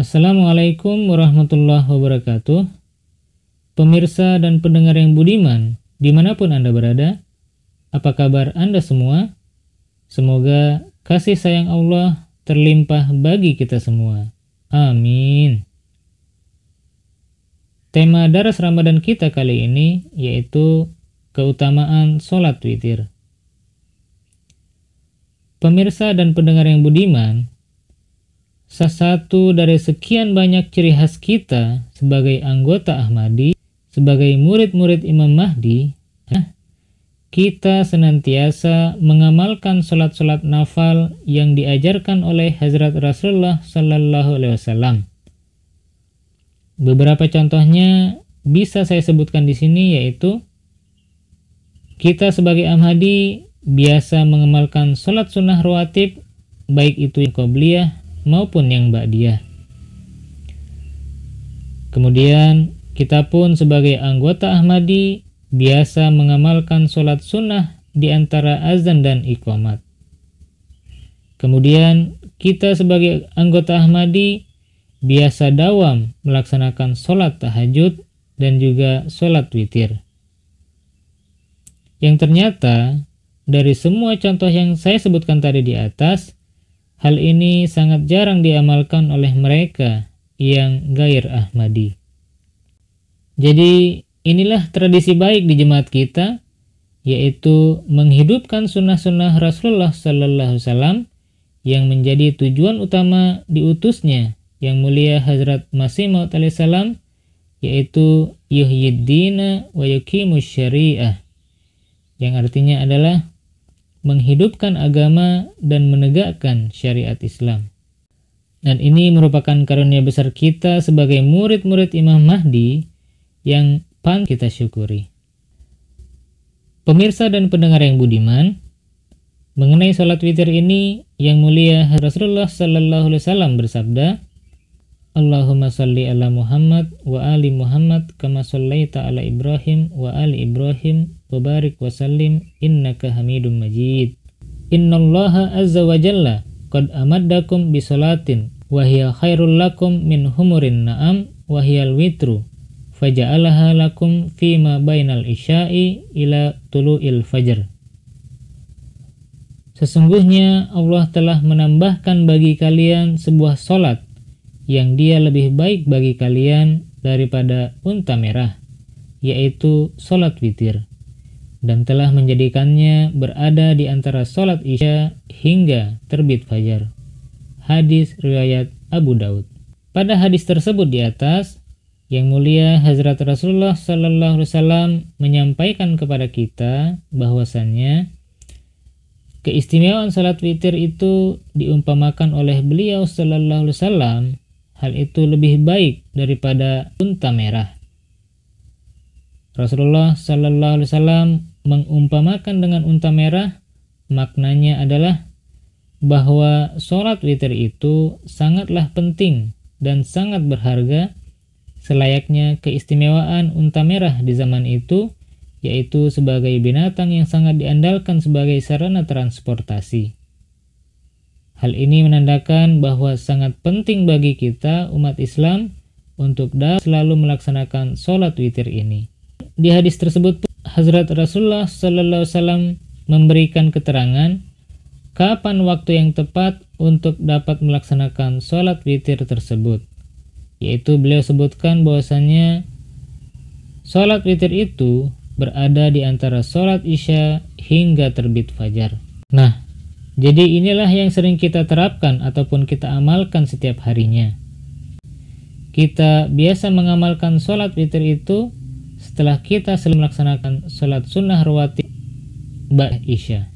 Assalamualaikum warahmatullahi wabarakatuh. Pemirsa dan pendengar yang budiman, dimanapun Anda berada, apa kabar Anda semua? Semoga kasih sayang Allah terlimpah bagi kita semua. Amin. Tema daras Ramadan kita kali ini yaitu keutamaan sholat witir. Pemirsa dan pendengar yang budiman, salah satu dari sekian banyak ciri khas kita sebagai anggota Ahmadi, sebagai murid-murid Imam Mahdi, kita senantiasa mengamalkan sholat-sholat nafal yang diajarkan oleh Hazrat Rasulullah Sallallahu Alaihi Wasallam. Beberapa contohnya bisa saya sebutkan di sini, yaitu kita sebagai Ahmadi biasa mengamalkan sholat sunnah rawatib, baik itu yang qobliyah maupun yang ba'diyah. Kemudian kita pun sebagai anggota Ahmadi biasa mengamalkan sholat sunnah di antara azan dan iqamat. Kemudian kita sebagai anggota Ahmadi biasa dawam melaksanakan sholat tahajud dan juga sholat witir. Yang ternyata dari semua contoh yang saya sebutkan tadi di atas, hal ini sangat jarang diamalkan oleh mereka yang gair Ahmadi. Jadi inilah tradisi baik di jemaat kita, yaitu menghidupkan sunnah-sunnah Rasulullah Sallallahu Alaihi Wasallam yang menjadi tujuan utama diutusnya yang mulia Hazrat Masih Maud alaihissalam, yaitu yuhyiddina wa yuqimus syariah, yang artinya adalah menghidupkan agama dan menegakkan syariat Islam. Dan ini merupakan karunia besar kita sebagai murid-murid Imam Mahdi yang patut kita syukuri. Pemirsa dan pendengar yang budiman, mengenai sholat witir ini yang mulia Rasulullah Sallallahu Alaihi Wasallam bersabda, Allahumma salli ala Muhammad wa ali Muhammad kama sallaita ala Ibrahim wa ali Ibrahim wa barik wa sallim innaka hamidum majid. Innallaha azza wa jalla qad amaddakum bi salatin wa hiya khairul lakum min humurin na'am wa hiyal witru faja'alaha lakum fima bainal isya'i ila tulu'il fajr. Sesungguhnya Allah telah menambahkan bagi kalian sebuah solat yang dia lebih baik bagi kalian daripada unta merah, yaitu solat witir, dan telah menjadikannya berada di antara solat isya hingga terbit fajar. Hadis riwayat Abu Daud. Pada hadis tersebut di atas, yang mulia Hazrat Rasulullah Sallallahu Alaihi Wasallam menyampaikan kepada kita bahwasannya keistimewaan salat witir itu diumpamakan oleh beliau Sallallahu Alaihi Wasallam, hal itu lebih baik daripada unta merah. Rasulullah Sallallahu Alaihi Wasallam mengumpamakan dengan unta merah, maknanya adalah bahwa sholat witir itu sangatlah penting dan sangat berharga, selayaknya keistimewaan unta merah di zaman itu, yaitu sebagai binatang yang sangat diandalkan sebagai sarana transportasi. Hal ini menandakan bahwa sangat penting bagi kita umat Islam untuk selalu melaksanakan sholat witir ini. Di hadis tersebut Hazrat Rasulullah Sallallahu Alaihi Wasallam memberikan keterangan kapan waktu yang tepat untuk dapat melaksanakan sholat witir tersebut, yaitu beliau sebutkan bahwasannya sholat witir itu berada di antara sholat isya hingga terbit fajar. Nah, jadi inilah yang sering kita terapkan ataupun kita amalkan setiap harinya. Kita biasa mengamalkan sholat witir itu setelah kita selalu melaksanakan sholat sunnah rawatib ba'da isya.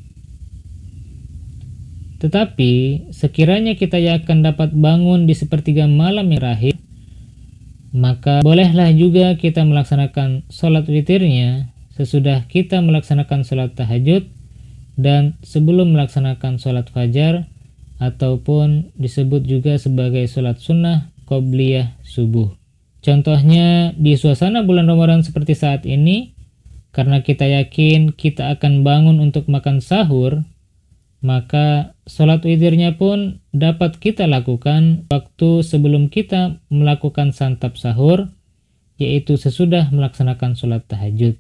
Tetapi sekiranya kita akan dapat bangun di sepertiga malam yang terakhir, maka bolehlah juga kita melaksanakan sholat witirnya sesudah kita melaksanakan sholat tahajud dan sebelum melaksanakan sholat fajar, ataupun disebut juga sebagai sholat sunnah qobliyah subuh. Contohnya di suasana bulan Ramadan seperti saat ini, karena kita yakin kita akan bangun untuk makan sahur, maka sholat witirnya pun dapat kita lakukan waktu sebelum kita melakukan santap sahur, yaitu sesudah melaksanakan sholat tahajud.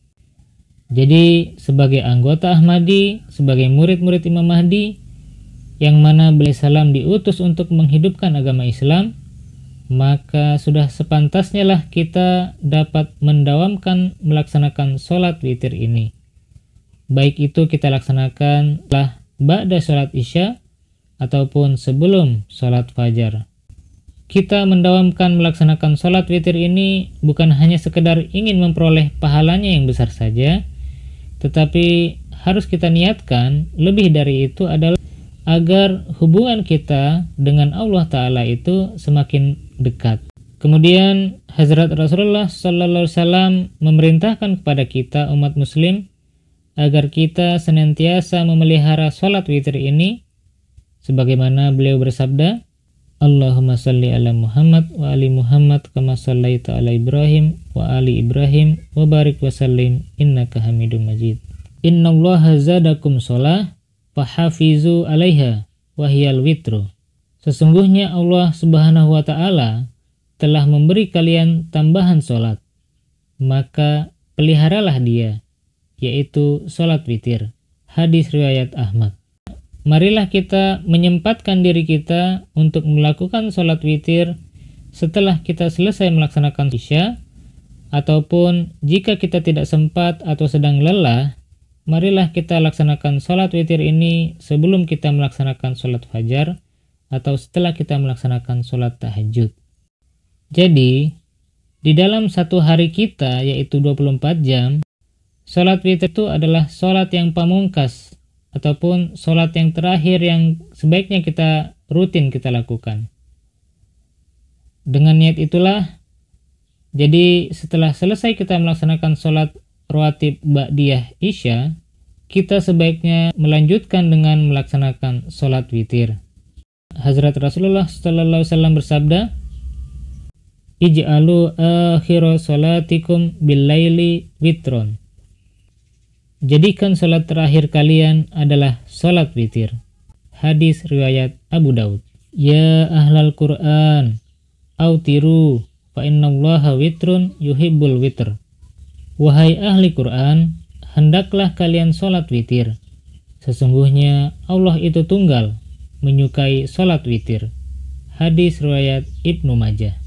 Jadi sebagai anggota Ahmadi, sebagai murid-murid Imam Mahdi, yang mana beliau salam diutus untuk menghidupkan agama Islam, maka sudah sepantasnya lah kita dapat mendawamkan melaksanakan sholat witir ini. Baik itu kita laksanakan lah ba'da sholat isya ataupun sebelum sholat fajar. Kita mendawamkan melaksanakan sholat witir ini bukan hanya sekedar ingin memperoleh pahalanya yang besar saja, tetapi harus kita niatkan lebih dari itu adalah agar hubungan kita dengan Allah Ta'ala itu semakin dekat. Kemudian Hazrat Rasulullah Sallallahu Alaihi Wasallam memerintahkan kepada kita umat muslim agar kita senantiasa memelihara sholat witir ini, sebagaimana beliau bersabda, Allahumma salli ala Muhammad wa ali Muhammad kama sallaita ala Ibrahim wa ali Ibrahim wa barik wa sallim innaka hamidum majid. Innallaha zadakum sholah fahafizu alaiha wahiyal witru. Sesungguhnya Allah Subhanahu wa ta'ala telah memberi kalian tambahan sholat, maka peliharalah dia, yaitu sholat witir. Hadis riwayat Ahmad. Marilah kita menyempatkan diri kita untuk melakukan sholat witir setelah kita selesai melaksanakan isya, ataupun jika kita tidak sempat atau sedang lelah, marilah kita laksanakan sholat witir ini sebelum kita melaksanakan sholat fajar atau setelah kita melaksanakan sholat tahajud. Jadi, di dalam satu hari kita, yaitu 24 jam, sholat witir itu adalah sholat yang pamungkas ataupun sholat yang terakhir yang sebaiknya kita rutin kita lakukan. Dengan niat itulah, jadi setelah selesai kita melaksanakan sholat rawatib ba'diyah isya, kita sebaiknya melanjutkan dengan melaksanakan sholat witir. Hazrat Rasulullah Sallallahu Alaihi Wasallam bersabda, Ij'alu akhira sholatikum bil-laili witron. Jadikan sholat terakhir kalian adalah sholat witir. Hadis riwayat Abu Daud. Ya ahlal Quran, autiru fa innallaha witrun yuhibbul witr. Wahai ahli Quran, hendaklah kalian sholat witir. Sesungguhnya Allah itu tunggal, menyukai sholat witir. Hadis riwayat Ibnu Majah.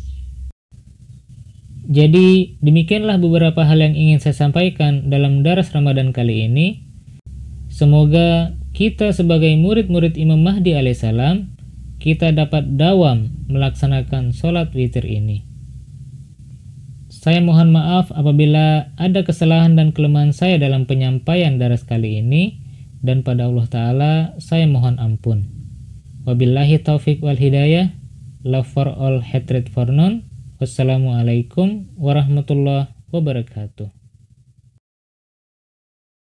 Jadi demikianlah beberapa hal yang ingin saya sampaikan dalam daras Ramadan kali ini. Semoga kita sebagai murid-murid Imam Mahdi alaihissalam, kita dapat dawam melaksanakan sholat witir ini. Saya mohon maaf apabila ada kesalahan dan kelemahan saya dalam penyampaian daras kali ini, dan pada Allah Ta'ala saya mohon ampun. Wabillahi taufiq wal hidayah. Love for all, hatred for none. Wassalamualaikum warahmatullahi wabarakatuh.